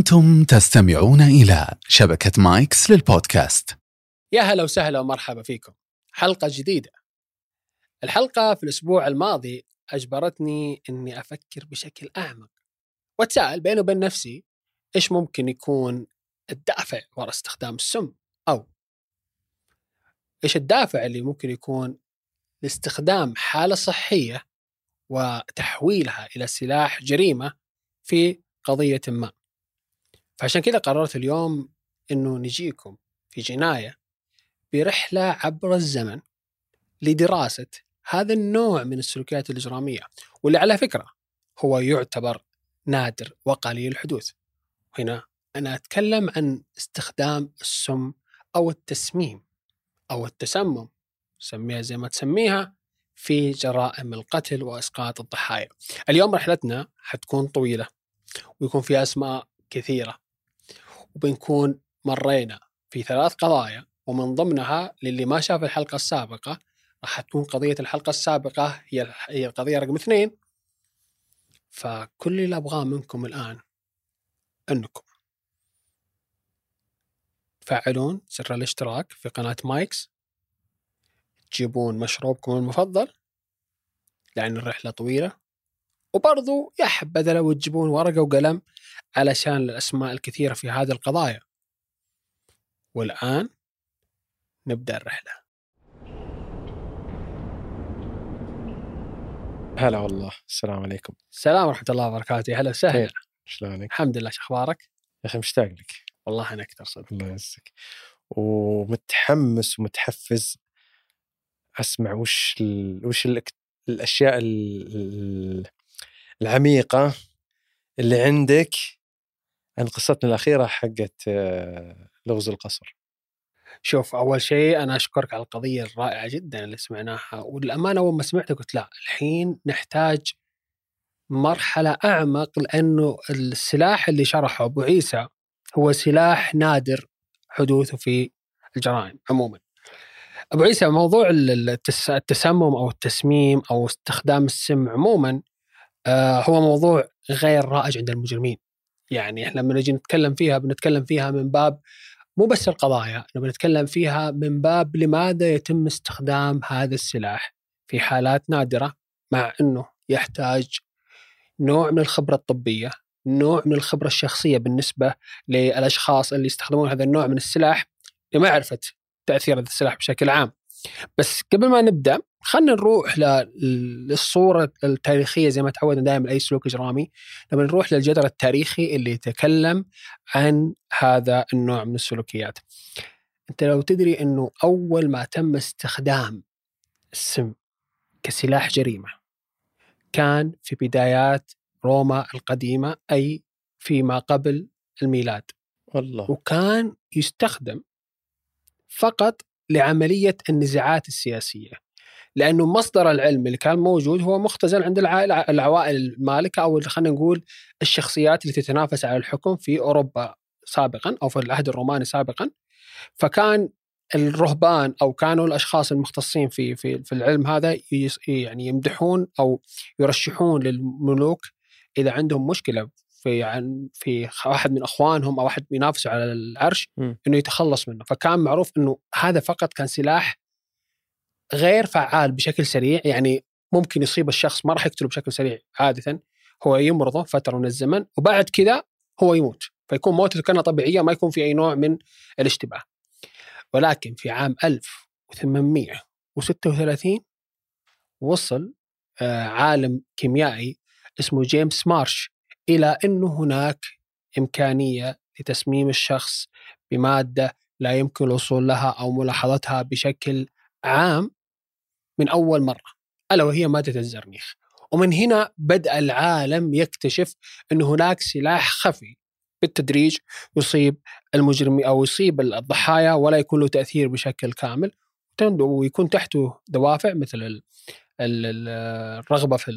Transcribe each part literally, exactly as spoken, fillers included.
أنتم تستمعون إلى شبكة مايكس للبودكاست. يا هلا وسهلا ومرحبا فيكم. حلقة جديدة. الحلقة في الأسبوع الماضي أجبرتني أني أفكر بشكل أعمق وأتساءل بيني وبين نفسي إيش ممكن يكون الدافع وراء استخدام السم، أو إيش الدافع اللي ممكن يكون لاستخدام حالة صحية وتحويلها إلى سلاح جريمة في قضية ما. فعشان كذا قررت اليوم أنه نجيكم في جناية برحلة عبر الزمن لدراسة هذا النوع من السلوكيات الإجرامية، واللي على فكرة هو يعتبر نادر وقليل الحدوث. هنا أنا أتكلم عن استخدام السم أو التسميم أو التسمم، سميها زي ما تسميها، في جرائم القتل وإسقاط الضحايا. اليوم رحلتنا حتكون طويلة ويكون فيها أسماء كثيرة، وبنكون مرينا في ثلاث قضايا، ومن ضمنها للي ما شاف الحلقة السابقة راح تكون قضية الحلقة السابقة هي هي القضية رقم اثنين. فكل اللي أبغاه منكم الآن أنكم تفعلون زر الاشتراك في قناة مايكس، تجيبون مشروبكم المفضل لأن الرحلة طويلة، وبرضو يا حبذا لو تجيبون ورقة وقلم علشان الأسماء الكثيرة في هذه القضايا. والآن نبدأ الرحلة. هلا والله، السلام عليكم. السلام ورحمة الله وبركاته. هلا وسهلا. شلونك؟ الحمد لله، شو أخبارك؟ يا أخي مشتاق لك. والله أنا أكثر صدق. الله يعزك. ومتحمس ومتحفز أسمع وش ال... وش ال... الأشياء ال... العميقة اللي عندك عن قصتنا الأخيرة حقت لغز القصر. شوف، أول شيء أنا أشكرك على القضية الرائعة جدا اللي سمعناها، والأمانة أول ما سمعتها قلت لا، الحين نحتاج مرحلة أعمق، لأنه السلاح اللي شرحه أبو عيسى هو سلاح نادر حدوثه في الجرائم عموما. أبو عيسى، موضوع التسمم أو التسميم أو استخدام السم عموما آه هو موضوع غير رائج عند المجرمين. يعني إحنا لما نجي نتكلم فيها بنتكلم فيها من باب مو بس القضايا، نبي نتكلم فيها من باب لماذا يتم استخدام هذا السلاح في حالات نادرة، مع أنه يحتاج نوع من الخبرة الطبية، نوع من الخبرة الشخصية بالنسبة للأشخاص اللي يستخدمون هذا النوع من السلاح لمعرفة تأثير هذا السلاح بشكل عام. بس قبل ما نبدأ خلنا نروح للصورة التاريخية زي ما تعودنا دائما أي سلوك إجرامي، لما نروح للجدر التاريخي اللي يتكلم عن هذا النوع من السلوكيات. أنت لو تدري أنه أول ما تم استخدام السم كسلاح جريمة كان في بدايات روما القديمة، أي فيما قبل الميلاد. والله. وكان يستخدم فقط لعملية النزاعات السياسية، لأنه مصدر العلم اللي كان موجود هو مختزل عند العائلة العوائل المالكة، أو خلينا نقول الشخصيات اللي تتنافس على الحكم في أوروبا سابقا أو في العهد الروماني سابقا. فكان الرهبان أو كانوا الأشخاص المختصين في في في العلم هذا يعني يمدحون أو يرشحون للملوك إذا عندهم مشكلة في عن في واحد من أخوانهم أو واحد ينافسوا على العرش م. إنه يتخلص منه. فكان معروف إنه هذا فقط كان سلاح غير فعال بشكل سريع، يعني ممكن يصيب الشخص، ما راح يقتله بشكل سريع، عادة هو يمرضه فترة من الزمن وبعد كذا هو يموت، فيكون موته كانت طبيعية، ما يكون في أي نوع من الاشتباه. ولكن في عام ألف وثمانمائة وستة وثلاثين وصل عالم كيميائي اسمه جيمس مارش إلى أنه هناك إمكانية لتسميم الشخص بمادة لا يمكن الوصول لها أو ملاحظتها بشكل عام من أول مرة، ألا وهي مادة الزرنيخ. ومن هنا بدأ العالم يكتشف أن هناك سلاح خفي بالتدريج يصيب المجرمين أو يصيب الضحايا ولا يكون له تأثير بشكل كامل، ويكون تحته دوافع مثل الرغبة في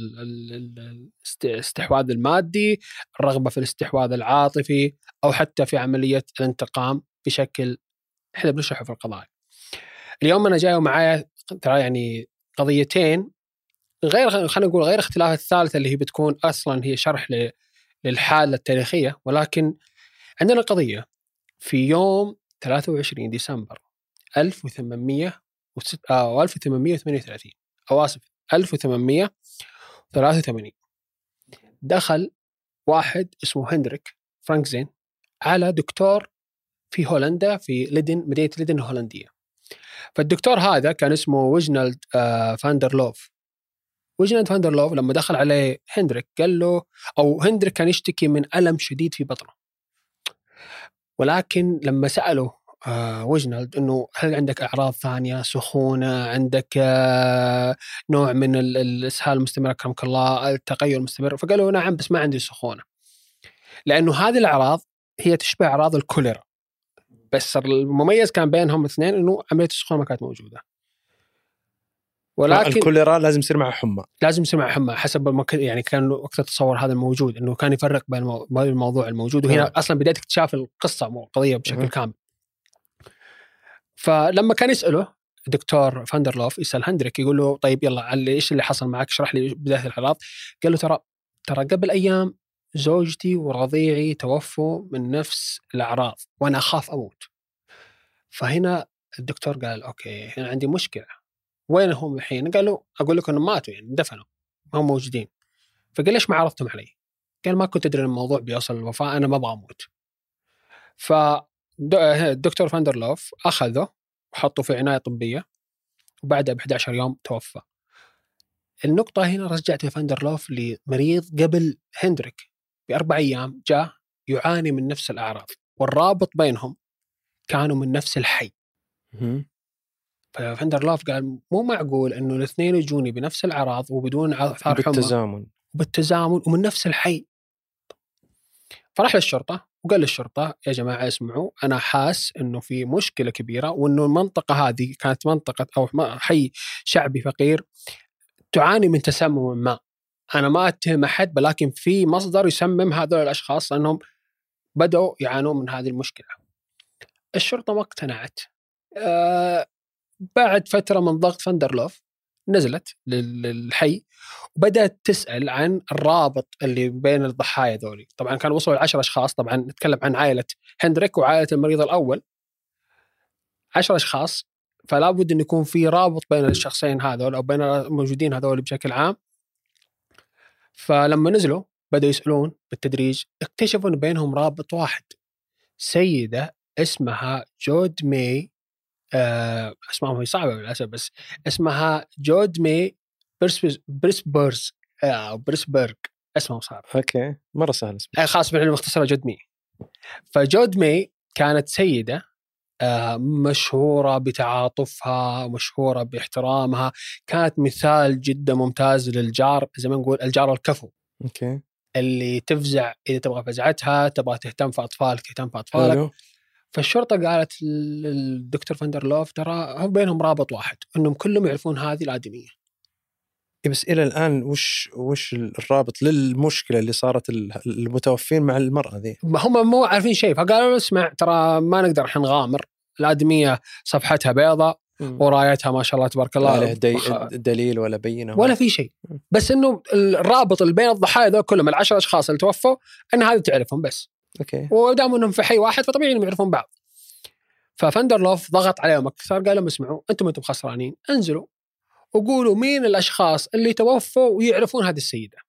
الاستحواذ المادي، الرغبة في الاستحواذ العاطفي، أو حتى في عملية الانتقام بشكل إحنا بنشرحه في القضايا. اليوم أنا جاي ومعايا ترى يعني قضيتين غير، خلينا نقول غير اختلاف الثالثة اللي هي بتكون أصلا هي شرح للحالة التاريخية، ولكن عندنا قضية في يوم ثلاثة وعشرين ديسمبر ألف وثمانمائة وستة أو ألف وثمانمائة وثمانية وثلاثين أو آسف ألف وثمانمائة وثلاثة وثمانين دخل واحد اسمه هندريك فرانكزين على دكتور في هولندا في ليدن، مدينة ليدن الهولندية. فالدكتور هذا كان اسمه ويجنالد آه فاندرلوف. ويجنالد فاندرلوف لما دخل عليه هندريك قال له، أو هندريك كان يشتكي من ألم شديد في بطنه، ولكن لما سأله آه ويجنالد إنه هل عندك أعراض ثانية، سخونة، عندك آه نوع من الإسهال المستمر أكرمك الله، التقيؤ المستمر، فقالوا نعم بس ما عندي سخونة، لأنه هذه الأعراض هي تشبه أعراض الكوليرا، بس المميز كان بينهم الاثنين إنه عملية السخونة ما كانت موجودة. ولكن الكوليرا لازم يصير مع حمى، لازم يصير مع حمى حسب ما يعني كان وقت التصور هذا الموجود، إنه كان يفرق بين الموضوع الموجود، وهنا أه. أصلا بداية اكتشاف القصة القضية بشكل أه. كامل. فلما كان يسأله دكتور فاندرلوف يسأل هندريك يقول له طيب يلا إيش اللي حصل معك، اشرح لي بداية الأعراض. قال له ترى ترى قبل أيام زوجتي ورضيعي توفوا من نفس الأعراض وأنا أخاف أموت. فهنا الدكتور قال أوكي هنا عندي مشكلة، وين هم الحين؟ قالوا أقول لكم أنهم ماتوا يعني دفنوا ما هم موجودين. فقال ليش ما عرفتم علي؟ قال ما كنت أدري الموضوع بيوصل الوفاة، أنا ما أبغى أموت. فالدكتور فاندرلوف أخذه وحطه في عناية طبية، وبعدها ب إحدى عشر يوم توفى. النقطة هنا رجعت فاندرلوف لمريض قبل هندريك بأربع أيام جاء يعاني من نفس الأعراض، والرابط بينهم كانوا من نفس الحي. ففاندرلوف قال مو معقول إنه الاثنين يجوني بنفس الأعراض وبدون آثار حمى بالتزامن بالتزامن ومن نفس الحي. فراح للشرطة وقال للشرطة يا جماعة اسمعوا، أنا حاس إنه في مشكلة كبيرة، وإنه المنطقة هذه كانت منطقة أو حي شعبي فقير تعاني من تسمم ما. أنا ما أتهم أحد، ولكن في مصدر يسمم هذول الأشخاص لأنهم بدأوا يعانون من هذه المشكلة. الشرطة ما اقتنعت. أه بعد فترة من ضغط فاندرلوف نزلت للحي وبدأت تسأل عن الرابط اللي بين الضحايا ذولي. طبعا كان وصلوا لعشر أشخاص، طبعا نتكلم عن عائلة هندريك وعائلة المريض الأول، عشر أشخاص، فلا بد أن يكون في رابط بين الشخصين هذول أو بين الموجودين هذول بشكل عام. فلما نزلوا بدأوا يسألون بالتدريج، اكتشفوا أن بينهم رابط واحد، سيدة اسمها جود ماي، آه اسمها صعبة للأسف بس اسمها جود ماي بريسبرز أو بريسبرغ، اسمه صعب. أوكي مرة سهل اسمه، خاص بالعلم مختصرة جود ماي. فجود ماي كانت سيدة آه مشهورة بتعاطفها، مشهورة باحترامها، كانت مثال جدا ممتاز للجار، زي ما نقول الجار الكفو. أوكي. اللي تفزع إذا تبغى فزعتها، تبغى تهتم في أطفالك تهتم في أطفالك. أيوه. فالشرطة قالت للدكتور فاندرلوف ترى هم بينهم رابط واحد، أنهم كلهم يعرفون هذه الآدمية. بس إلى الآن وش وش الرابط للمشكلة اللي صارت المتوفين مع المرأة ذي؟ هم مو عارفين شيء، فقالوا اسمع ترى ما نقدر إحنا نغامر، الآدمية صفحتها بيضاء ورايتها ما شاء الله تبارك الله، لا دي دليل ولا بينة ولا في شيء، بس إنه الرابط اللي بين الضحايا ذول كلهم العشر أشخاص اللي توفوا إن هذه تعرفهم بس. أوكي. ودام إنهم في حي واحد فطبيعي إنهم يعرفون بعض. ففاندرلوف ضغط عليهم أكثر، قال لهم اسمعوا أنتم أنتم خسرانين، انزلوا وقولوا مين الأشخاص اللي توفوا ويعرفون هذه السيدة.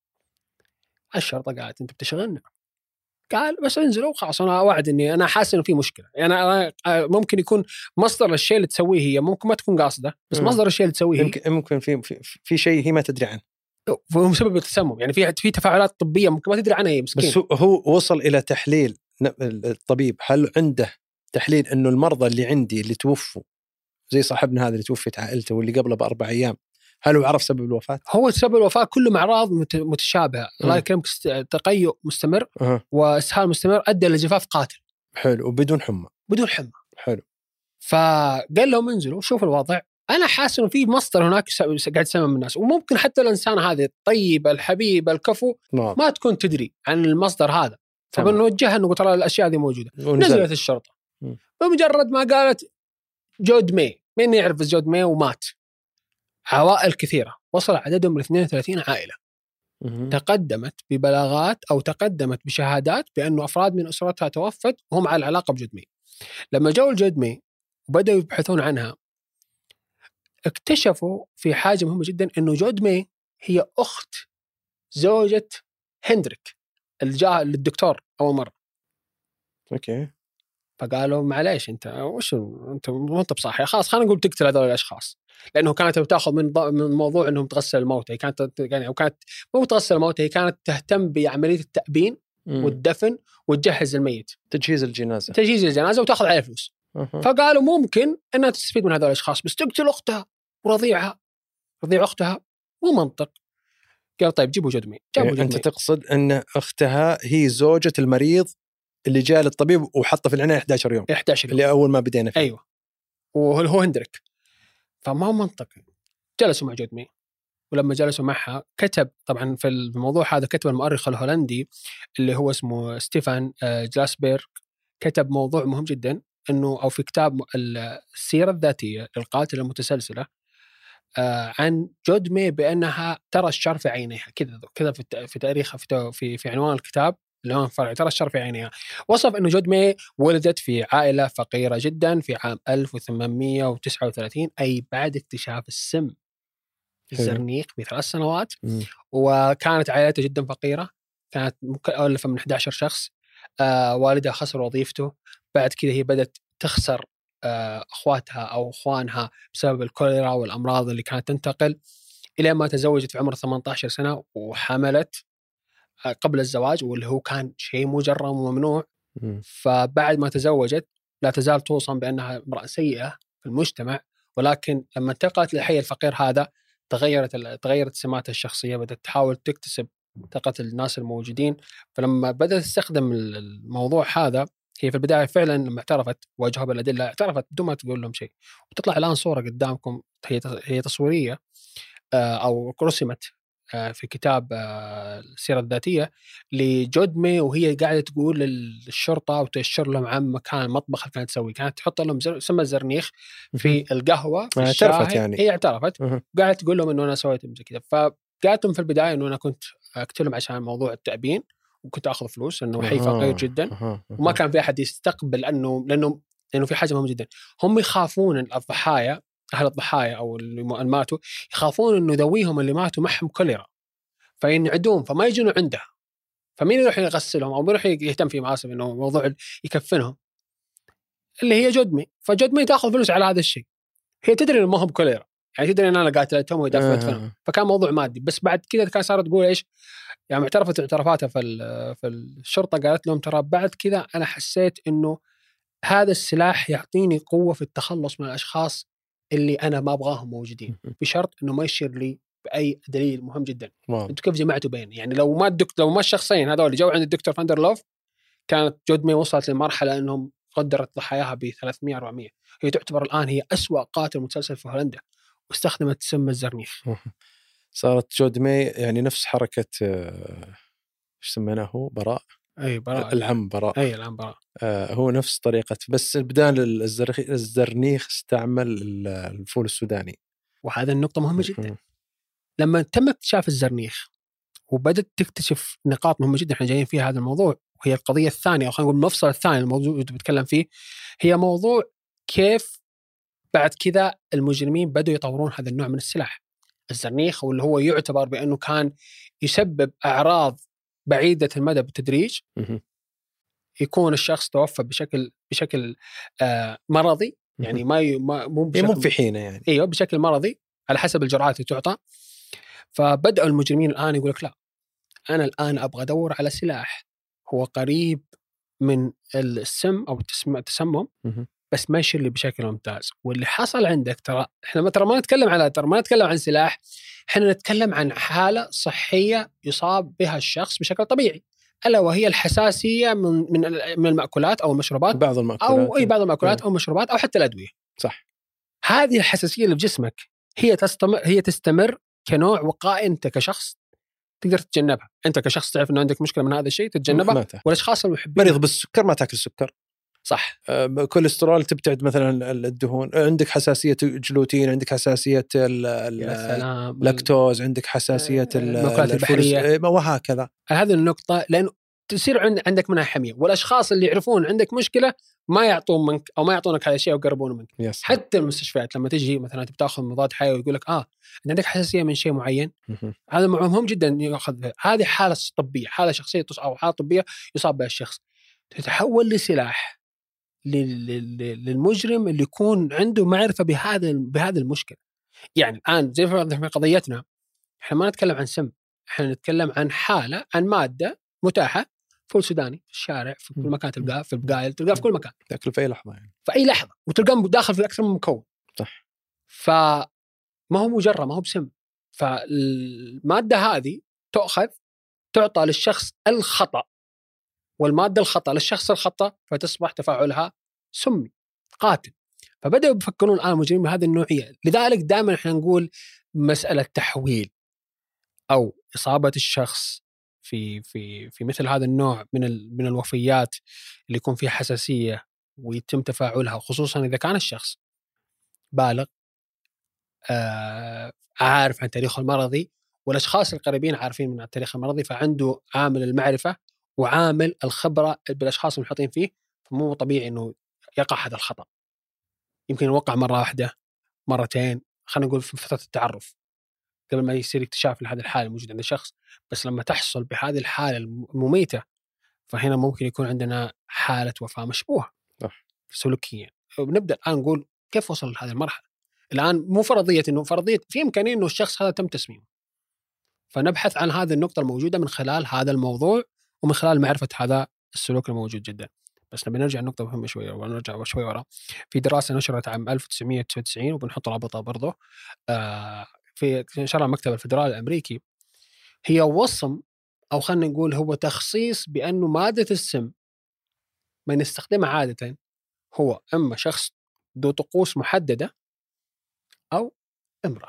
الشرطة قالت أنت بتشغلنا. قال بس انزلوا خلاص، أنا وعد إني أنا حاسس إنه في مشكلة، يعني أنا ممكن يكون مصدر الشيء اللي تسويه هي ممكن ما تكون قاصدة، بس م. مصدر الشيء اللي تسويه ممكن ممكن في في, في شيء هي ما تدري عنه، هو مسبب التسمم، يعني في في تفاعلات طبية ممكن ما تدري عنها هي مسكين. بس هو وصل إلى تحليل الطبيب، هل عنده تحليل إنه المرضى اللي عندي اللي توفوا زي صاحبنا هذا اللي توفيت عائلته واللي قبله بأربع أيام، هل هو عرف سبب الوفاة؟ هو سبب الوفاة كله مع أعراض متشابهة، الله يكرمك، تقيؤ مستمر أه. وإسهال مستمر أدى لجفاف قاتل. حلو. وبدون حمى. بدون حمى. حلو. فقال لهم انزلوا شوفوا الوضع، أنا حاسس إنه في مصدر هناك قاعد يسمم الناس، وممكن حتى الإنسان هذا الطيب الحبيب الكفو نعم. ما تكون تدري عن المصدر هذا، فبنوجهها إنه ترى الأشياء هذه موجودة. ونزل. نزلت الشرطة م. بمجرد ما قالت جود ماي، مين يعرف جود ماي ومات، عوائل كثيرة وصل عددهم ل اثنين وثلاثين عائلة. تقدمت ببلاغات أو تقدمت بشهادات بأنه أفراد من أسرتها توفت وهم على العلاقة بجود مي. لما جاءوا الجود مي وبدأوا يبحثون عنها اكتشفوا في حاجة مهمة جدا، أنه جود مي هي أخت زوجة هندريك اللي جاء للدكتور أول مرة. أوكي. فقالوا معليش أنت وش أنت مو أنت بصحيح، خلاص خلينا نقول تقتل هذول الأشخاص، لأنه كانت بتأخذ من من موضوع أنهم تغسل الموتى. هي كانت يعني وكانت مو تغسل الموتى، هي كانت تهتم بعملية التأبين م. والدفن وتجهز الميت، تجهيز الجنازة تجهيز الجنازة وتأخذ عليه فلوس. أه. فقالوا ممكن أنها تستفيد من هذول الأشخاص، بس تقتل أختها ورضيعها رضيع أختها مو منطق. قال طيب جيبوا جود مي. يعني أنت مي. تقصد أن أختها هي زوجة المريض اللي جاء للطبيب وحطه في العناية إحدى عشر يوم إحدى عشر يوم اللي أول ما بدينا فيه. أيوة، وهو هندريك. فما هو منطقي. جلسوا مع جود مي، ولما جلسوا معها كتب طبعا في الموضوع هذا كتب المؤرخ الهولندي اللي هو اسمه ستيفان جلاسبيرغ، كتب موضوع مهم جدا إنه أو في كتاب السيرة الذاتية للقاتلة المتسلسلة عن جود مي بأنها ترى الشر في عينيها كذا كذا في في تاريخها في في في عنوان الكتاب اللي هو فرع ترى الشر في عينيها. وصف إنه جود مي ولدت في عائلة فقيرة جدا في عام ألف وثمانمائة وتسعة وثلاثين، أي بعد اكتشاف السم الزرنيخ بثلاث سنوات. م. وكانت عائلتها جدا فقيرة، كانت مؤلفة من أحد عشر شخص. آه والدها خسر وظيفته، بعد كذا هي بدأت تخسر أخواتها أو أخوانها بسبب الكوليرا والأمراض اللي كانت تنتقل، إلى ما تزوجت في عمر ثمانية عشر سنة وحملت قبل الزواج، واللي هو كان شيء مجرم وممنوع. م. فبعد ما تزوجت لا تزال توصم بأنها امرأة سيئة في المجتمع، ولكن لما انتقلت للحي الفقير هذا تغيرت تغيرت سماتها الشخصية، بدأت تحاول تكتسب ثقة الناس الموجودين. فلما بدأت تستخدم الموضوع هذا، هي في البداية فعلا لما اعترفت واجهوا بالأدلة اعترفت بدون ما تقول لهم شيء. وتطلع الآن صورة قدامكم هي هي تصويرية أو رسمت في كتاب السيرة الذاتية لجود مي، وهي قاعدة تقول للشرطة وتشير لهم عن مكان المطبخ اللي كانت تسوي، كانت تحط لهم سم الزرنيخ في القهوة في اعترفت يعني هي اعترفت قاعدة تقول لهم إنه أنا سويت زي كذا. فقالت لهم في البداية إنه أنا كنت أقتلهم عشان موضوع التأبين وكنت أخذ فلوس، إنه حي فقير جدا وما كان في أحد يستقبل، لأنه لأنه لأنه في حاجة مهمة جدا، هم يخافون الضحايا أهل الضحايا أو اللي ماتوا يخافون إنه ذويهم اللي ماتوا معهم كوليرا فينعدون فما يجون عندها، فمين يروح يغسلهم أو يروح يهتم في معاصم إنه موضوع يكفنهم اللي هي جود مي. فجود مي تأخذ فلوس على هذا الشيء، هي تدري إنه ما هم كوليرا، يعني تدري إن أنا قاتلتهم ويدفنهم آه. فكان موضوع مادي. بس بعد كذا كان صارت تقول إيش يعني اعترفت اعترافاتها في في الشرطة، قالت لهم ترى بعد كذا أنا حسيت إنه هذا السلاح يعطيني قوة في التخلص من الأشخاص اللي أنا ما أبغاهم موجودين، بشرط إنه ما يشير لي بأي دليل مهم جدا. أنتوا كيف جمعتوا بين يعني لو ما الدكتور لو ما الشخصين هذول اللي جو عند الدكتور فاندرلوف كانت جود مي وصلت لمرحلة أنهم قدرت ضحاياها ب ثلاثمائة أربعمائة. هي تعتبر الآن هي أسوأ قاتل متسلسل في هولندا واستخدمت سم الزرنيخ. صارت جود مي يعني نفس حركة ايش سميناه براء أي براء العم براء أي العم براء آه هو نفس طريقة، بس بدال الزرنيخ استعمل الفول السوداني. وهذا النقطة مهمة جدا. لما تم اكتشاف الزرنيخ وبدأت تكتشف نقاط مهمة جدا احنا جايين فيها هذا الموضوع، وهي القضية الثانية أو خلينا نقول المفصل الثاني الموضوع اللي بتكلم فيه، هي موضوع كيف بعد كذا المجرمين بدأوا يطورون هذا النوع من السلاح الزرنيخ، واللي هو يعتبر بأنه كان يسبب أعراض بعيدة المدى بالتدريج. يكون الشخص توفى بشكل بشكل آه مرضي، يعني ما مو مو في حينه يعني ايوه بشكل مرضي على حسب الجرعات اللي تعطى. فبدأوا المجرمين الآن يقول لك لا أنا الآن أبغى أدور على سلاح هو قريب من السم أو التسمم بس ما يشير لي بشكل ممتاز. واللي حصل عندك ترى إحنا ترى ما نتكلم على ترى ما نتكلم عن سلاح، إحنا نتكلم عن حالة صحية يصاب بها الشخص بشكل طبيعي، ألا وهي الحساسية من من من المأكولات أو المشروبات بعض المأكولات أو أي بعض المأكولات أو المشروبات أو حتى الأدوية. صح. هذه الحساسية اللي في جسمك هي تستمر هي تستمر كنوع وقائي أنت كشخص تقدر تتجنبها. أنت كشخص تعرف إنه عندك مشكلة من هذا الشيء تتجنبها، والأشخاص المحبين مريض بالسكر ما تأكل سكر، صح. آه، كوليسترول تبتعد مثلا الدهون، عندك حساسيه جلوتين، عندك حساسيه اللاكتوز، عندك حساسيه المأكولات البحريه وهكذا. هذه النقطه، لان تصير عندك منها حميه، والاشخاص اللي يعرفون عندك مشكله ما يعطون منك او ما يعطونك هذا الشيء او يقربون منك. يس. حتى المستشفيات لما تجي مثلا تاخذ مضاد حيوي ويقول لك اه عندك حساسيه من شيء معين، هذا مهم جدا ياخذ. هذه حاله طبيه، حاله شخصيه او حاله طبيه يصاب بها الشخص، تتحول لسلاح للمجرم اللي يكون عنده معرفه بهذا بهذه المشكله. يعني الان زي في قضيتنا احنا ما نتكلم عن سم، احنا نتكلم عن حاله، عن ماده متاحه، فول سوداني في الشارع، في كل مكان تلقاه، في البقايل تلقاه، في كل مكان تاكل في اي لحظه يعني. في اي لحظه، وتلقاه داخل في اكثر من مكون. صح. فما هو مجرم، ما هو بسم. فالماده هذه تؤخذ تعطى للشخص الخطا، والماده الخطا للشخص الخطا، فتصبح تفاعلها سمي قاتل. فبدأوا يفكرون الآن مجرمين بهذه النوعية. لذلك دائما احنا نقول مسألة تحويل أو إصابة الشخص في في في مثل هذا النوع من من الوفيات اللي يكون فيها حساسية ويتم تفاعلها، خصوصا إذا كان الشخص بالغ آه عارف عن تاريخه المرضي، والأشخاص القريبين عارفين من التاريخ المرضي، فعنده عامل المعرفة وعامل الخبرة بالأشخاص المحيطين فيه، فمو طبيعي إنه يقع هذا الخطأ. يمكن يوقع مرة واحدة مرتين، خلينا نقول في فترة التعرف قبل ما يصير اكتشاف لهذه الحالة الموجودة عند الشخص. بس لما تحصل بهذه الحالة المميتة، فهنا ممكن يكون عندنا حالة وفاة مشبوهة سلوكيا. وبنبدأ الآن نقول كيف وصل لهذه المرحلة. الآن مو فرضية إنه فرضية في إمكانية إنه الشخص هذا تم تسميمه، فنبحث عن هذه النقطة الموجودة من خلال هذا الموضوع ومن خلال معرفة هذا السلوك الموجود جدا. بس نبي نرجع النقطة مهمة شوية ونرجع شوي ورا. في دراسة نشرت عام ألف وتسعمائة وتسعة وتسعين وبنحط رابطها برضه آه في نشرها المكتب الفدرالي الأمريكي، هي وصم أو خلينا نقول هو تخصيص بأنه مادة السم من يستخدمها عادة هو إما شخص ذو طقوس محددة أو امرأة.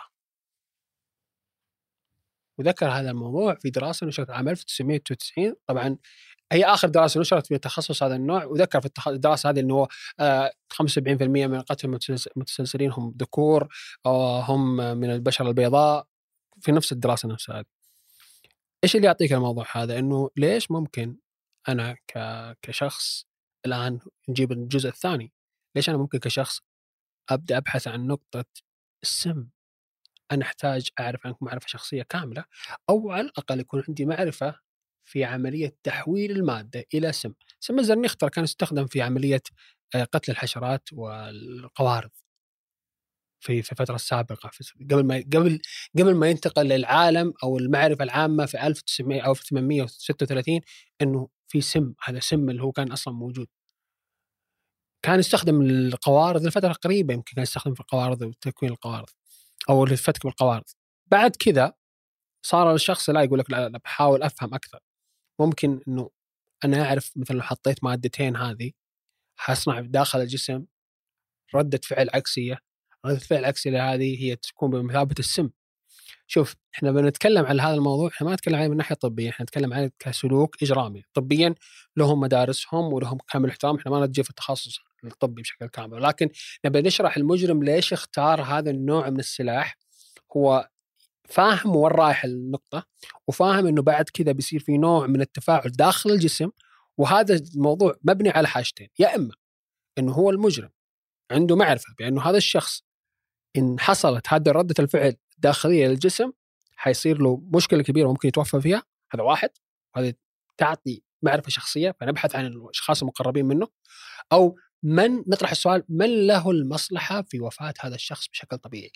وذكر هذا الموضوع في دراسة نشرت عام ألف وتسعمائة وتسعة وتسعين. طبعا هي آخر دراسة نشرت في تخصص هذا النوع، وذكر في الدراسة هذه أنه خمسة وسبعين بالمئة من قتل المتسلسلين هم ذكور أو هم من البشرة البيضاء في نفس الدراسة نفسها. إيش اللي يعطيك الموضوع هذا؟ أنه ليش ممكن أنا كشخص، الآن نجيب الجزء الثاني، ليش أنا ممكن كشخص أبدأ أبحث عن نقطة السم؟ أنا أحتاج أعرف عنك معرفة شخصية كاملة، أو على الأقل يكون عندي معرفة في عملية تحويل المادة إلى سم. سم الزرنيخ كان يستخدم في عملية قتل الحشرات والقوارض في في الفترة السابقة، قبل ما قبل قبل ما ينتقل للعالم أو المعرفة العامة في ألف وتسعمائة أو ألف وثمانمائة وستة وثلاثين إنه في سم. هذا سم اللي هو كان أصلا موجود، كان يستخدم القوارض لفترة قريبة، يمكن كان يستخدم في القوارض وتكوين القوارض أو الفتك بالقوارض. بعد كذا صار الشخص لا يقول لك لا أنا بحاول أفهم أكثر، ممكن إنه أنا أعرف مثلا لو حطيت مادتين هذه حصنع داخل الجسم ردة فعل عكسية. ردة فعل عكسية هذه هي تكون بمثابة السم. شوف إحنا بنتكلم عن هذا الموضوع، إحنا ما نتكلم عنه من ناحية طبية، إحنا نتكلم عنه كسلوك إجرامي. طبيا لهم مدارسهم ولهم كامل احترام، إحنا ما نجي في التخصص الطبي بشكل كامل، لكن نبي نشرح المجرم ليش اختار هذا النوع من السلاح. هو فاهم وين رايح النقطة، وفاهم إنه بعد كذا بيصير في نوع من التفاعل داخل الجسم. وهذا الموضوع مبني على حاجتين، يا إما إنه هو المجرم عنده معرفة بأنه هذا الشخص إن حصلت هذه ردة الفعل الداخلية للجسم حيصير له مشكلة كبيرة وممكن يتوفى فيها، هذا واحد، هذا تعطي معرفة شخصية فنبحث عن الأشخاص المقربين منه. أو من نطرح السؤال من له المصلحة في وفاة هذا الشخص بشكل طبيعي؟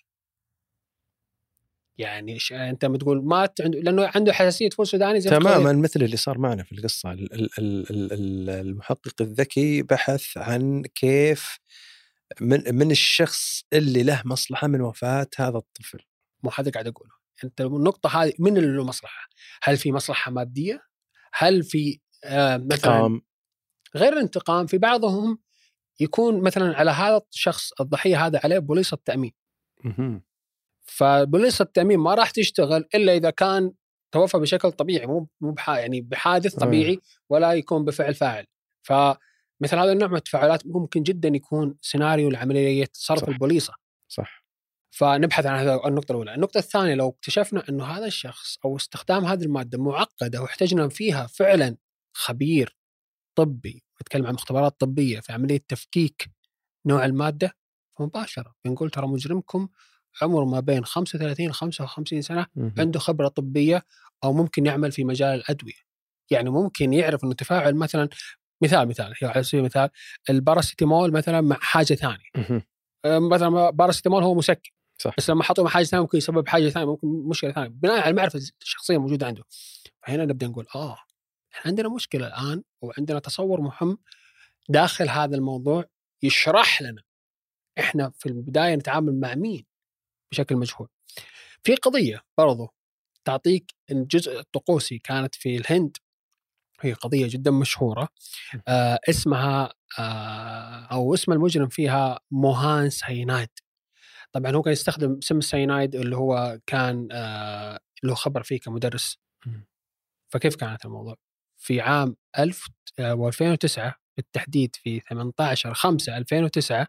يعني أنت بتقول مات عنده لأنه عنده حساسية فول سوداني زي تماما مثل اللي صار معنا في القصة. المحقق الذكي بحث عن كيف من من الشخص اللي له مصلحة من وفاة هذا الطفل. مو هذا قاعد أقوله. أنت النقطة هذه من اللي له مصلحة؟ هل في مصلحة مادية؟ هل في آه مثلا انتقام؟ غير الانتقام، في بعضهم يكون مثلا على هذا الشخص الضحية هذا عليه بوليصة تأمين. فبوليصة التأمين ما راح تشتغل إلا إذا كان توفى بشكل طبيعي، مو مو يعني بحادث طبيعي ولا يكون بفعل فاعل. ف مثل هذا النوع من التفاعلات ممكن جدا يكون سيناريو لعمليه صرف صح. البوليصه. صح. فنبحث عن هذا النقطه الاولى. النقطه الثانيه، لو اكتشفنا انه هذا الشخص او استخدام هذه الماده معقده واحتجنا فيها فعلا خبير طبي يتكلم عن مختبرات طبيه في عمليه تفكيك نوع الماده، فمباشره بنقول ترى مجرمكم عمره ما بين خمسة وثلاثين خمسة وخمسين سنه، مهم. عنده خبره طبيه او ممكن يعمل في مجال الادويه. يعني ممكن يعرف انه تفاعل مثلا، مثال مثال على سبيل المثال الباراسيتامول مثلا مع حاجه ثانيه. مهم. مثلا باراسيتامول هو مسكن، صح. بس لما حطوا مع حاجه ثانيه ممكن يسبب حاجه ثانيه، ممكن مشكله ثانيه بناء على المعرفه الشخصيه الموجوده عنده. فهنا نبدا نقول اه احنا عندنا مشكله الان، وعندنا تصور مهم داخل هذا الموضوع يشرح لنا احنا في البدايه نتعامل مع مين بشكل مجهول. في قضيه برضو تعطيك الجزء الطقوسي كانت في الهند، هي قضيه جدا مشهوره، آه اسمها آه او اسم المجرم فيها موهان ساينايد. طبعا هو كان يستخدم اسم الساينايد اللي هو كان آه له خبر فيه كمدرس. فكيف كانت الموضوع؟ في عام ألف وألفين وتسعة بالتحديد، في ثمانية عشر خمسة ألفين وتسعة،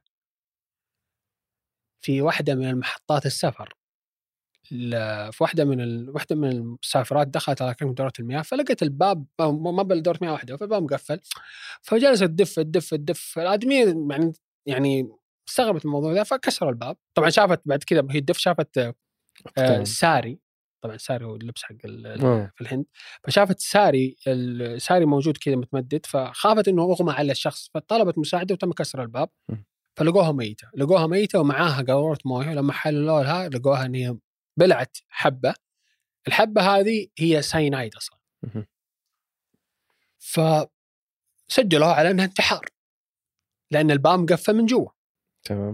في واحدة من المحطات السفر، في واحدة من ال... واحدة من المسافرات دخلت على كلمة دورة المياه، فلقت الباب ما بل دورة مياه واحدة فالباب مقفل، فجلست تدف تدف تدف الآدمية يعني يعني استغربت الموضوع ذا، فكسر الباب. طبعا شافت بعد كذا هي الدف شافت آه ساري، طبعا ساري هو اللبس حق في الهند، فشافت ساري الساري موجود كذا متمدد، فخافت انه اغمى على الشخص، فطلبت مساعده وتم كسر الباب. فلقوها ميته لقوها ميته ومعاها قارورة مويه. لما حللوا لها لقوها ان هي بلعت حبه، الحبه هذه هي ساينايد اصلا. فسجلوها على انها انتحار لان الباب مقفل من جوا. تمام.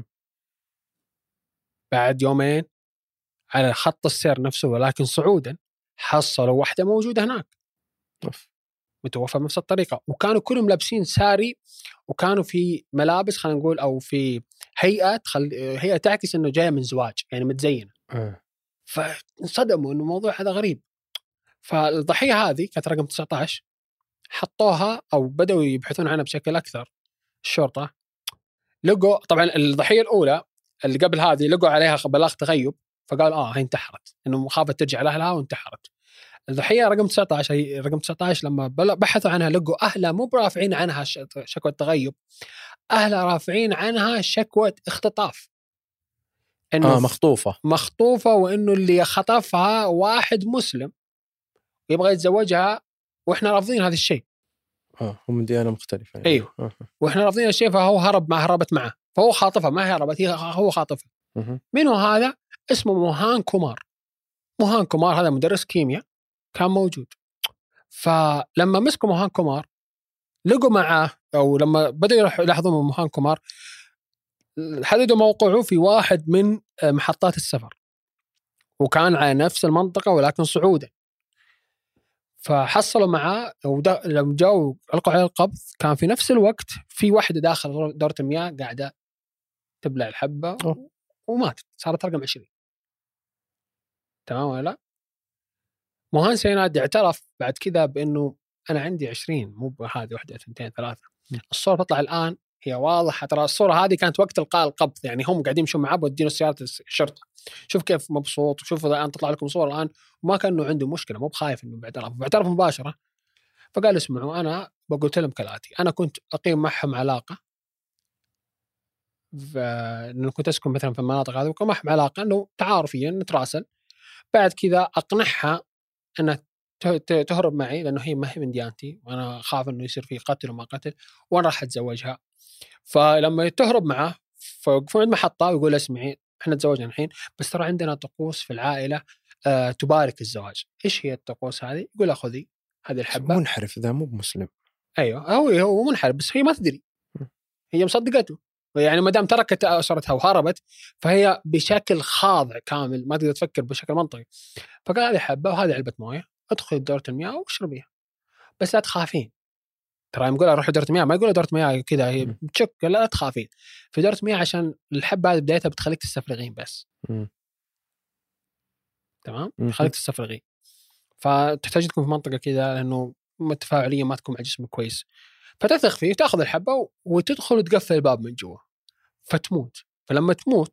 بعد يومين على خط السير نفسه ولكن صعودا حصلوا واحدة موجودة هناك أوف. متوفى بنفس الطريقة، وكانوا كلهم لابسين ساري، وكانوا في ملابس خلينا نقول أو في هيئة خل... هيئة تعكس إنه جاية من زواج يعني متزينة. أه. فانصدموا إنه الموضوع هذا غريب. فالضحية هذه كانت رقم تسعة عشر، حطوها أو بدأوا يبحثون عنها بشكل أكثر. الشرطة لقوا طبعا الضحية الأولى اللي قبل هذه لقوا عليها بلاغ تغيب، فقال آه هي انتحرت، إنه خافت ترجع لأهلها وانتحرت. الضحية رقم تسعة عشر رقم تسعة عشر لما بحثوا عنها لقوا أهلها مو برافعين عنها شكوى تغيب، أهلها رافعين عنها شكوى اختطاف، إنه آه مخطوفة مخطوفة، وإنه اللي خطفها واحد مسلم يبغى يتزوجها، وإحنا رافضين هذا الشيء. آه هم ديانة مختلفة يعني. أيوه. آه. وإحنا رافضين الشيء، فهو هرب ما هربت معه، فهو خاطفها ما هي هربت، هي هو خاطفها. منو هذا؟ اسمه موهان كومار. موهان كومار هذا مدرس كيمياء كان موجود. فلما مسكوا موهان كومار لقوا معاه، أو لما بدأوا يلاحظون موهان كومار حددوا موقعه في واحد من محطات السفر، وكان على نفس المنطقة ولكن صعودا. فحصلوا معاه، ولما جاءوا ألقوا عليه القبض كان في نفس الوقت في واحدة داخل دورة المياه قاعدة تبلع الحبة أوه. وماتت، صارت رقم عشرين. تمام ولا لا؟ موهان سيناد اعترف بعد كذا بأنه أنا عندي عشرين، مو بهذه واحدة اثنتين ثلاثة. الصورة تطلع الآن هي واضحة، ترى الصورة هذه كانت وقت القاء القبض، يعني هم قاعدين يمشون معاه بودينه سيارة الشرطة. شوف كيف مبسوط، وشوف الآن تطلع لكم صورة الآن، وما كان إنه عنده مشكلة، مو بخايف إنه بعترف، بعترف مباشرة. فقال اسمعوا أنا بقولت لهم كالآتي، أنا كنت أقيم معهم علاقة، لأنه كنت أسكن مثلا في المناطق هذه، وكان معهم علاقة إنه تعارفيا نتراسل. بعد كذا أقنعها أنها تهرب معي لأنه هي ما هي من ديانتي، وأنا خاف أنه يصير فيه قتل وما قتل، وأنا راح أتزوجها. فلما تهرب معه فوقفوا عند محطة ويقول اسمعي إحنا تزوجنا الحين، بس ترى عندنا طقوس في العائلة آه تبارك الزواج. إيش هي الطقوس هذه؟ يقول أخذي هذه الحبة. منحرف ذا، مو بمسلم. أيوه هو هو منحرف، بس هي ما تدري، هي مصدقته. يعني ما دام تركت أسرتها وهربت فهي بشكل خاضع كامل، ما تقدر تفكر بشكل منطقي. فقال هذه حبة وهذه علبة موية، ادخل دورة المياه واشربيها، بس لا تخافين. ترى يقول اروح دورة مياه، ما يقول دورة مياه كذا هي تشك، لا تخافين في دورة مياه، عشان الحبة هذه بدايتها بتخليك تستفرغين بس. م. تمام، تخليك تستفرغين، فتحتاج تكون في منطقة كذا لأنه التفاعلية ما تكون مع جسمك كويس. فتثق فيه، تاخذ الحبه وتدخل وتقفل الباب من جوا فتموت. فلما تموت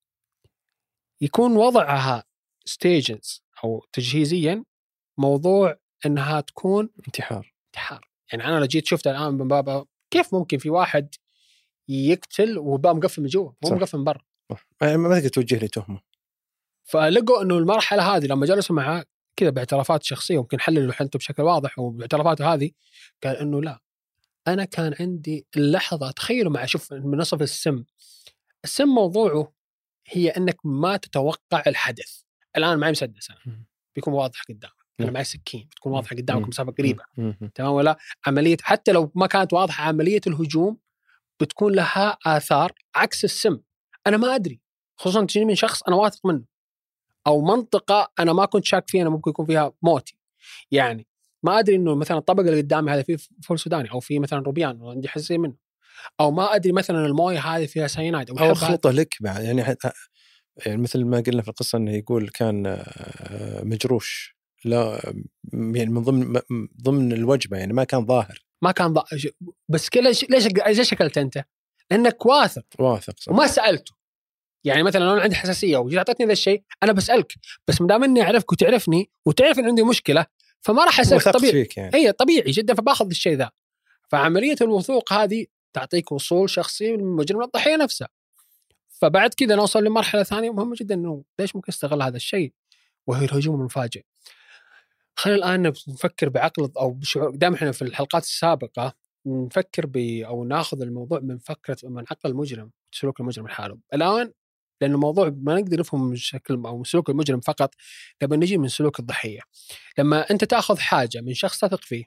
يكون وضعها ستيجز او تجهيزيا موضوع انها تكون انتحار. انتحار يعني انا لو جيت شفت الان من بابا كيف ممكن في واحد يقتل والباب مقفل من جوا مو مقفل من برا؟ ما تقدر توجه لي تهمه. فلقوا انه المرحله هذه لما جلسوا معاه كذا باعترافات شخصيه ممكن حللوا حنته بشكل واضح وباعترافاته هذه قال انه لا انا كان عندي اللحظه. تخيلوا مع شوف من نصف السم السم موضوعه هي انك ما تتوقع الحدث. الان معي مسدس أنا. بيكون واضح قدامك، انا معي سكين بتكون واضحه قدامك مسافه قريبه تمام ولا عمليه حتى لو ما كانت واضحه عمليه الهجوم بتكون لها آثار عكس السم. انا ما ادري خصوصا تجيني من شخص انا واثق منه او منطقه انا ما كنت شاك فيها أنا ممكن يكون فيها موتي. يعني ما ادري انه مثلا الطبق اللي قدامي هذا فيه فول سوداني او فيه مثلا روبيان وعندي حساسيه منه، او ما ادري مثلا المويه هذه فيها ساينايد او, أو خلطه لك بعد يعني حتى يعني مثل ما قلنا في القصه انه يقول كان مجروش لا يعني من ضمن ضمن الوجبه يعني ما كان ظاهر ما كان ظاهر بس كل ليش ليش شكلت انت؟ لانك واثق واثق صح. وما سالته. يعني مثلا لو انا عندي حساسيه وجيت اعطيتني ذا الشيء انا بسالك بس ما دام اني اعرفك وتعرفني وتعرف ان عندي مشكله فما راح اسالك طبيعي يعني. هي طبيعي جدا فباخذ الشيء ذا. فعمليه الوثوق هذه تعطيك وصول شخصي من المجرم للضحيه نفسه. فبعد كذا نوصل لمرحله ثانيه مهمه جدا انه ليش ممكن استغل هذا الشيء وهي الهجوم المفاجئ. خلينا الان نفكر بعقل او بشعور. دائما احنا في الحلقات السابقه نفكر ب او ناخذ الموضوع من فكره من عقل المجرم سلوك المجرم الحالم. الان لأنه موضوع ما نقدر نفهم من شكل أو من سلوك المجرم فقط، لما نجي من سلوك الضحية. لما أنت تأخذ حاجة من شخص تثق فيه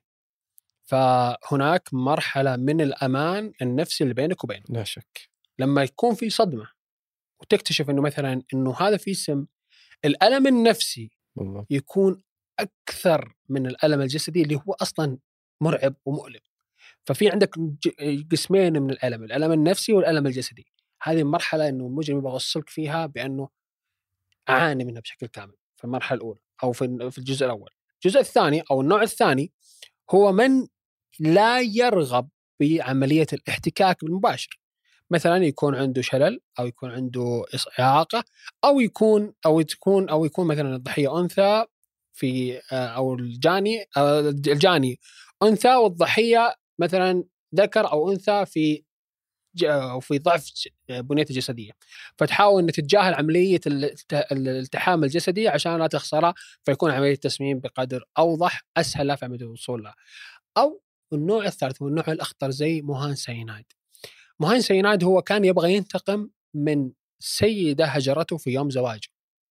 فهناك مرحلة من الأمان النفسي اللي بينك وبينه. لا شك. لما يكون في صدمة وتكتشف أنه مثلا أنه هذا في سم، الألم النفسي بالله. يكون أكثر من الألم الجسدي اللي هو أصلا مرعب ومؤلم. ففي عندك قسمين من الألم، الألم النفسي والألم الجسدي. هذه المرحلة أنه المجرم يبغى يوصلك فيها بأنه أعاني منها بشكل كامل في المرحلة الأولى أو في في الجزء الأول. الجزء الثاني أو النوع الثاني هو من لا يرغب بعملية الاحتكاك المباشر. مثلا يكون عنده شلل أو يكون عنده إعاقة أو يكون أو تكون أو يكون مثلا الضحية أنثى في أو الجاني أو الجاني أنثى والضحية مثلا ذكر أو أنثى في أو في ضعف بنيته الجسدية، فتحاول أن تتجاهل عملية الالتحام الجسدي عشان لا تخسرها، فيكون عملية تسميم بقدر أوضح أسهل في عملية الوصول لها. أو النوع الثالث والنوع الأخطر زي مهان ساينايد. مهان ساينايد هو كان يبغى ينتقم من سيدة هجرته في يوم زواجه،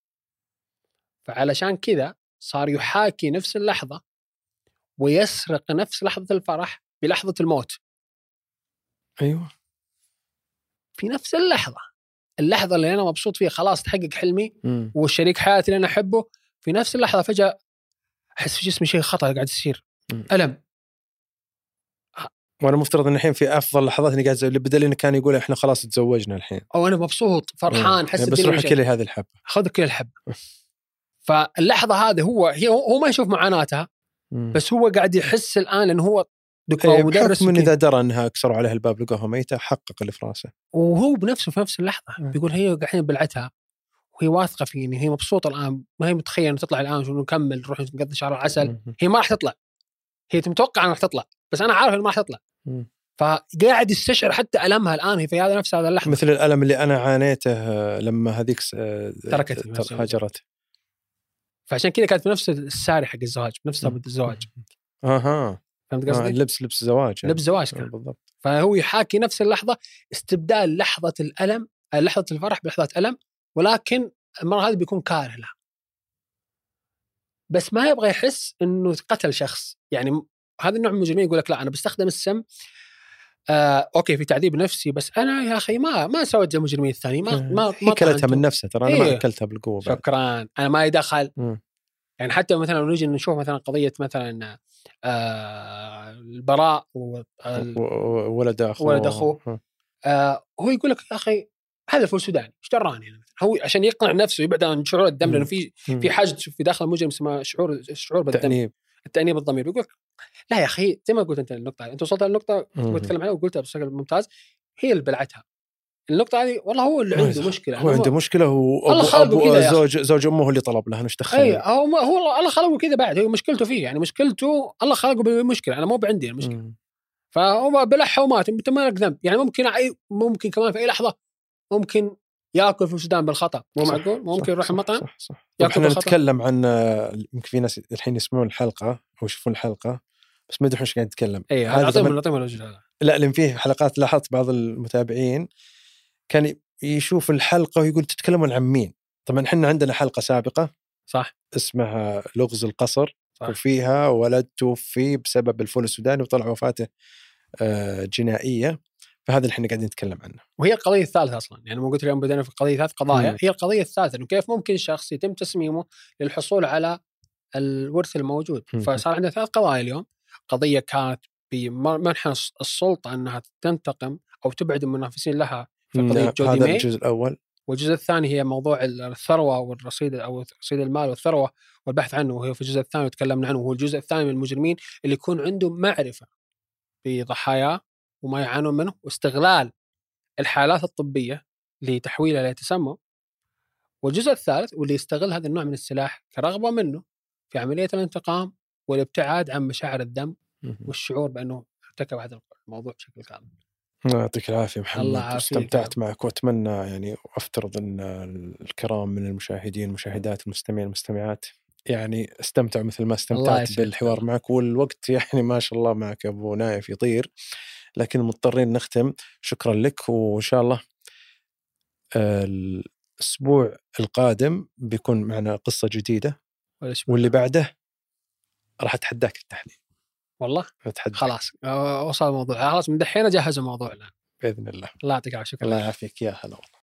فعلشان كذا صار يحاكي نفس اللحظة ويسرق نفس لحظة الفرح بلحظة الموت. أيوة، في نفس اللحظة، اللحظة اللي أنا مبسوط فيها خلاص تحقق حلمي م. والشريك حياتي اللي أنا أحبه، في نفس اللحظة فجأة أحس في جسمي شيء خطأ قاعد يصير، م. ألم. وأنا مفترض إن الحين في أفضل لحظات إني قاعد زي اللي بدل إنه كان يقول إحنا خلاص تزوجنا الحين، أو أنا مبسوط فرحان حس بس روح كل هذه الحبة، خذ كل الحبة. فاللحظة هذه هو هي هو ما يشوف معاناتها، م. بس هو قاعد يحس الآن لأنه هو دكتور مدرس من إذا درى أنها كسروا عليها الباب لقوها ميتة حقق اللي في راسه، وهو بنفسه في نفس اللحظة م. بيقول هي قاعدين بلعتها وهي واثقة فيني، هي مبسوطة الآن، ما هي متخيلة أن تطلع الآن شو نكمل نروح نقضي شهر العسل، م. هي ما راح تطلع، هي متوقعة أنها راح تطلع بس أنا عارف أنها ما راح تطلع. م. فقاعد يستشعر حتى ألمها الآن هي في هذا نفس هذا اللحظة، مثل الألم اللي أنا عانيته لما هذيك تركت هاجرت. فعشان كذا كانت بنفس الساري حق الزواج، بنفس ثابت الزواج. اها فهمت قصدي؟ آه لبس لبس زواج يعني. لبس زواج كان بالضبط. فهو يحاكي نفس اللحظة، استبدال لحظة الألم لحظة الفرح بلحظة ألم، ولكن المرة هذه بيكون كاره لها، بس ما يبغى يحس إنه قتل شخص. يعني هذا النوع من المجرمين يقول لك لا أنا بستخدم السم، آه، أوكي في تعذيب نفسي، بس أنا يا أخي ما ما سويت زي المجرمين الثانيين، ما ما ما أكلتها من نفسها، ترى أنا إيه؟ ما أكلتها بالقوة بعد. شكرا، أنا ما يدخل. م. يعني حتى مثلا لو نيجي نشوف مثلا قضية مثلا آه البراء وولد أخوه ولد أخوه آه هو يقول لك يا أخي هذا الفول سوداني ايش دراني يعني. هو عشان يقنع نفسه يبعد عن شعور الدم، لأنه في في حاجة في داخل المجرم اسمها شعور الشعور بالدم، التأنيب التأنيب الضمير. بيقول لا يا اخي زي ما قلت انت النقطه انت وصلت للنقطه تبغى تتكلم عنها وقلتها بشكل ممتاز، هي اللي بلعتها النقطه هذه. والله هو اللي عنده مشكله، هو عنده مشكله، هو الله ابو, أبو كذا زوج زوج امه اللي طلب له، انا ايش دخلني؟ اي هو ما هو الله خلقه كذا بعد، هي مشكلته فيه يعني، مشكلته الله خلقه بمشكله، انا مو بعندي المشكله. م. فهو بلح ومات، انت ما لك ذنب يعني. ممكن ممكن كمان في اي لحظه ممكن ياكل في السودان بالخطا، مو معقول ممكن يروح المطعم صح صح. ياكل احنا بالخطا. نتكلم عن يمكن في ناس الحين يسمعون الحلقه او يشوفون الحلقه بس ما يدرون ايش قاعد نتكلم. اي اعطيهم اعطيهم الوجه هذا. لا لان فيه حلقات لاحظت بعض المتابعين كان يشوف الحلقه ويقول تتكلمون عن مين. طبعا احنا عندنا حلقه سابقه صح اسمها لغز القصر، صح. وفيها ولد توفي بسبب الفول السوداني وطلع وفاته جنائيه، فهذا اللي احنا قاعدين نتكلم عنه. وهي القضيه الثالثه اصلا يعني، مو قلت اليوم بدينا في قضيه ثلاث قضايا. م. هي القضيه الثالثه انه كيف ممكن شخص يتم تسميمه للحصول على الورث الموجود. م. فصار عندنا ثلاث قضايا اليوم. قضيه كانت بمنح السلطه انها تنتقم او تبعد المنافسين لها في قضيه جودي هذا مي. الجزء الاول. والجزء الثاني هي موضوع الثروه والرصيد او رصيد المال والثروه والبحث عنه، وهي في الجزء الثاني وتكلمنا عنه، وهو الجزء الثاني من المجرمين اللي يكون عنده معرفه بضحاياه وما يعانون منه، واستغلال الحالات الطبية لتحويلها لتسمم. والجزء الثالث واللي يستغل هذا النوع من السلاح كرغبة منه في عملية الانتقام والابتعاد عن مشاعر الدم والشعور بأنه ارتكب هذا الموضوع بشكل كامل. يعطيك العافية محمد، استمتعت معك، وأتمنى يعني وأفترض أن الكرام من المشاهدين المشاهدات المستمعين المستمعات يعني استمتعوا مثل ما استمتعت بالحوار الله. معك. والوقت يعني ما شاء الله معك أبو نايف يطير، لكن مضطرين نختم. شكرا لك، وإن شاء الله الأسبوع القادم بيكون معنا قصة جديدة، واللي بعده راح أتحداك في التحليل. والله أتحداك. خلاص وصل الموضوع، خلاص من دحين أجهز الموضوع الآن بإذن الله. الله يعطيك العافية. الله يعافيك يا هلا.